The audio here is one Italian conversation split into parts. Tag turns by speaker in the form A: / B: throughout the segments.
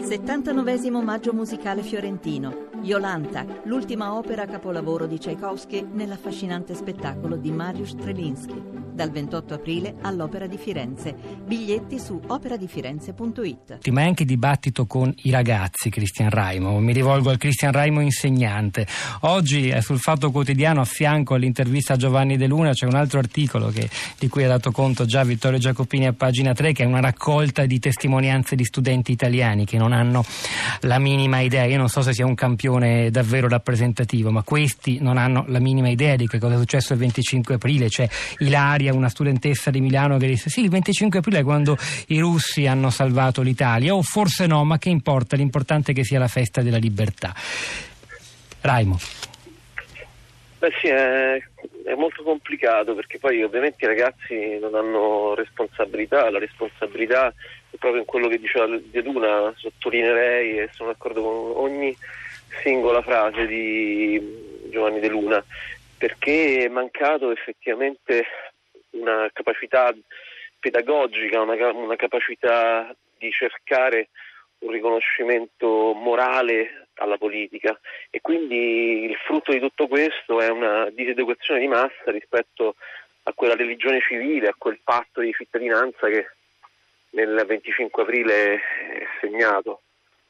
A: 79esimo Maggio musicale fiorentino. Iolanta, l'ultima opera capolavoro di Tchaikovsky nell'affascinante spettacolo di Mariusz Strelinski. Dal 28 aprile all'Opera di Firenze. Biglietti su operadifirenze.it.
B: Ma è anche dibattito con i ragazzi, Cristian Raimo. Mi rivolgo al Cristian Raimo insegnante. Oggi sul Fatto Quotidiano, a fianco all'intervista a Giovanni De Luna, c'è un altro articolo di cui ha dato conto già Vittorio Giacopini a pagina 3, che è una raccolta di testimonianze di studenti italiani che non hanno la minima idea. Io non so se sia un campione davvero rappresentativo, ma questi non hanno la minima idea di che cosa è successo il 25 aprile. C'è Ilaria, una studentessa di Milano, che dice: sì, il 25 aprile è quando i russi hanno salvato l'Italia, o forse no, ma che importa, l'importante è che sia la festa della libertà. Raimo.
C: Beh sì, è molto complicato, perché poi ovviamente i ragazzi non hanno responsabilità. La responsabilità è proprio in quello che diceva De Luna. Sottolineerei, e sono d'accordo con ogni singola frase di Giovanni De Luna, perché è mancato effettivamente una capacità pedagogica, una capacità di cercare un riconoscimento morale alla politica, e quindi il frutto di tutto questo è una diseducazione di massa rispetto a quella religione civile, a quel patto di cittadinanza che nel 25 aprile è segnato.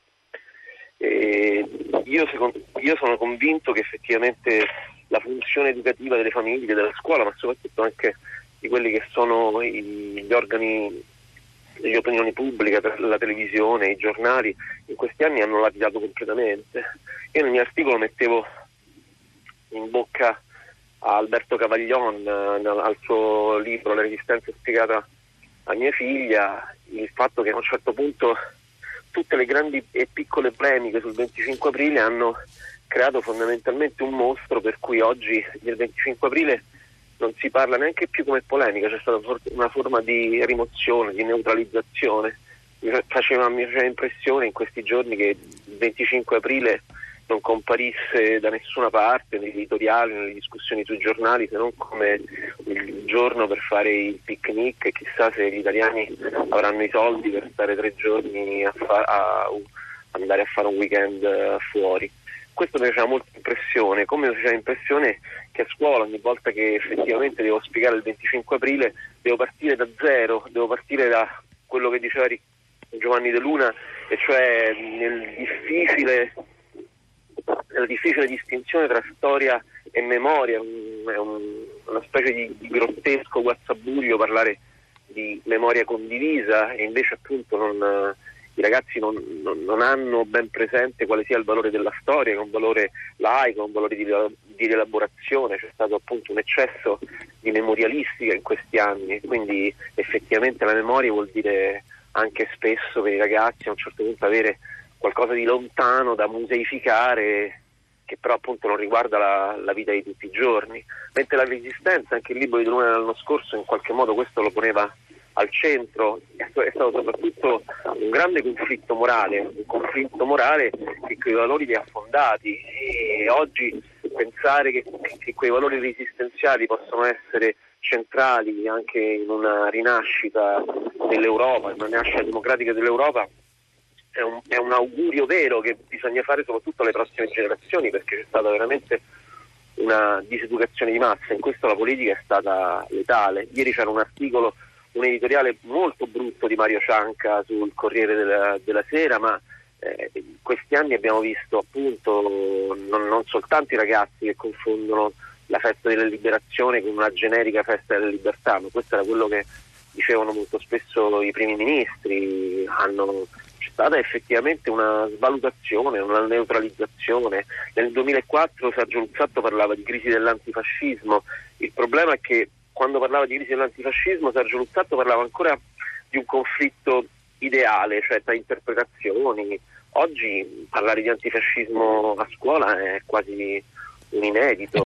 C: E io sono convinto che effettivamente la funzione educativa delle famiglie, della scuola, ma soprattutto anche di quelli che sono gli organi di opinione pubblica, la televisione, i giornali, in questi anni hanno latitato completamente. Io nel mio articolo mettevo in bocca a Alberto Cavaglion, al suo libro La Resistenza spiegata a mia figlia, il fatto che a un certo punto tutte le grandi e piccole polemiche sul 25 aprile hanno creato fondamentalmente un mostro, per cui oggi del 25 aprile non si parla neanche più come polemica. C'è stata una forma di rimozione, di neutralizzazione. Mi faceva impressione in questi giorni che il 25 aprile non comparisse da nessuna parte, negli editoriali, nelle discussioni sui giornali, se non come il giorno per fare il picnic, e chissà se gli italiani avranno i soldi per stare 3 giorni a andare a fare un weekend fuori. Questo mi faceva molta impressione, come mi faceva impressione che a scuola ogni volta che effettivamente devo spiegare il 25 aprile devo partire da zero, devo partire da quello che diceva Giovanni De Luna, e cioè nella difficile distinzione tra storia e memoria. È una specie di grottesco guazzabuglio parlare di memoria condivisa, e invece appunto i ragazzi non hanno ben presente quale sia il valore della storia, che è un valore laico, un valore di rielaborazione. C'è stato appunto un eccesso di memorialistica in questi anni, quindi effettivamente la memoria vuol dire anche spesso per i ragazzi a un certo punto avere qualcosa di lontano da museificare, che però appunto non riguarda la vita di tutti i giorni. Mentre la Resistenza, anche il libro di Luna dell'anno scorso, in qualche modo questo lo poneva al centro. È stato soprattutto un grande conflitto morale, che quei valori li ha fondati, e oggi pensare che quei valori resistenziali possono essere centrali anche in una rinascita dell'Europa, in una rinascita democratica dell'Europa, è un augurio vero che bisogna fare soprattutto alle prossime generazioni, perché c'è stata veramente una diseducazione di massa. In questo la politica è stata letale. Ieri c'era un editoriale molto brutto di Mario Cianca sul Corriere della Sera, ma in questi anni abbiamo visto appunto non soltanto i ragazzi che confondono la festa della liberazione con una generica festa della libertà, ma questo era quello che dicevano molto spesso i primi ministri. C'è stata effettivamente una svalutazione, una neutralizzazione. Nel 2004 Sergio Luzzatto parlava di crisi dell'antifascismo. Il problema è che quando parlava di crisi dell'antifascismo Sergio Luzzatto parlava ancora di un conflitto ideale, cioè tra interpretazioni. Oggi parlare di antifascismo a scuola è quasi un inedito.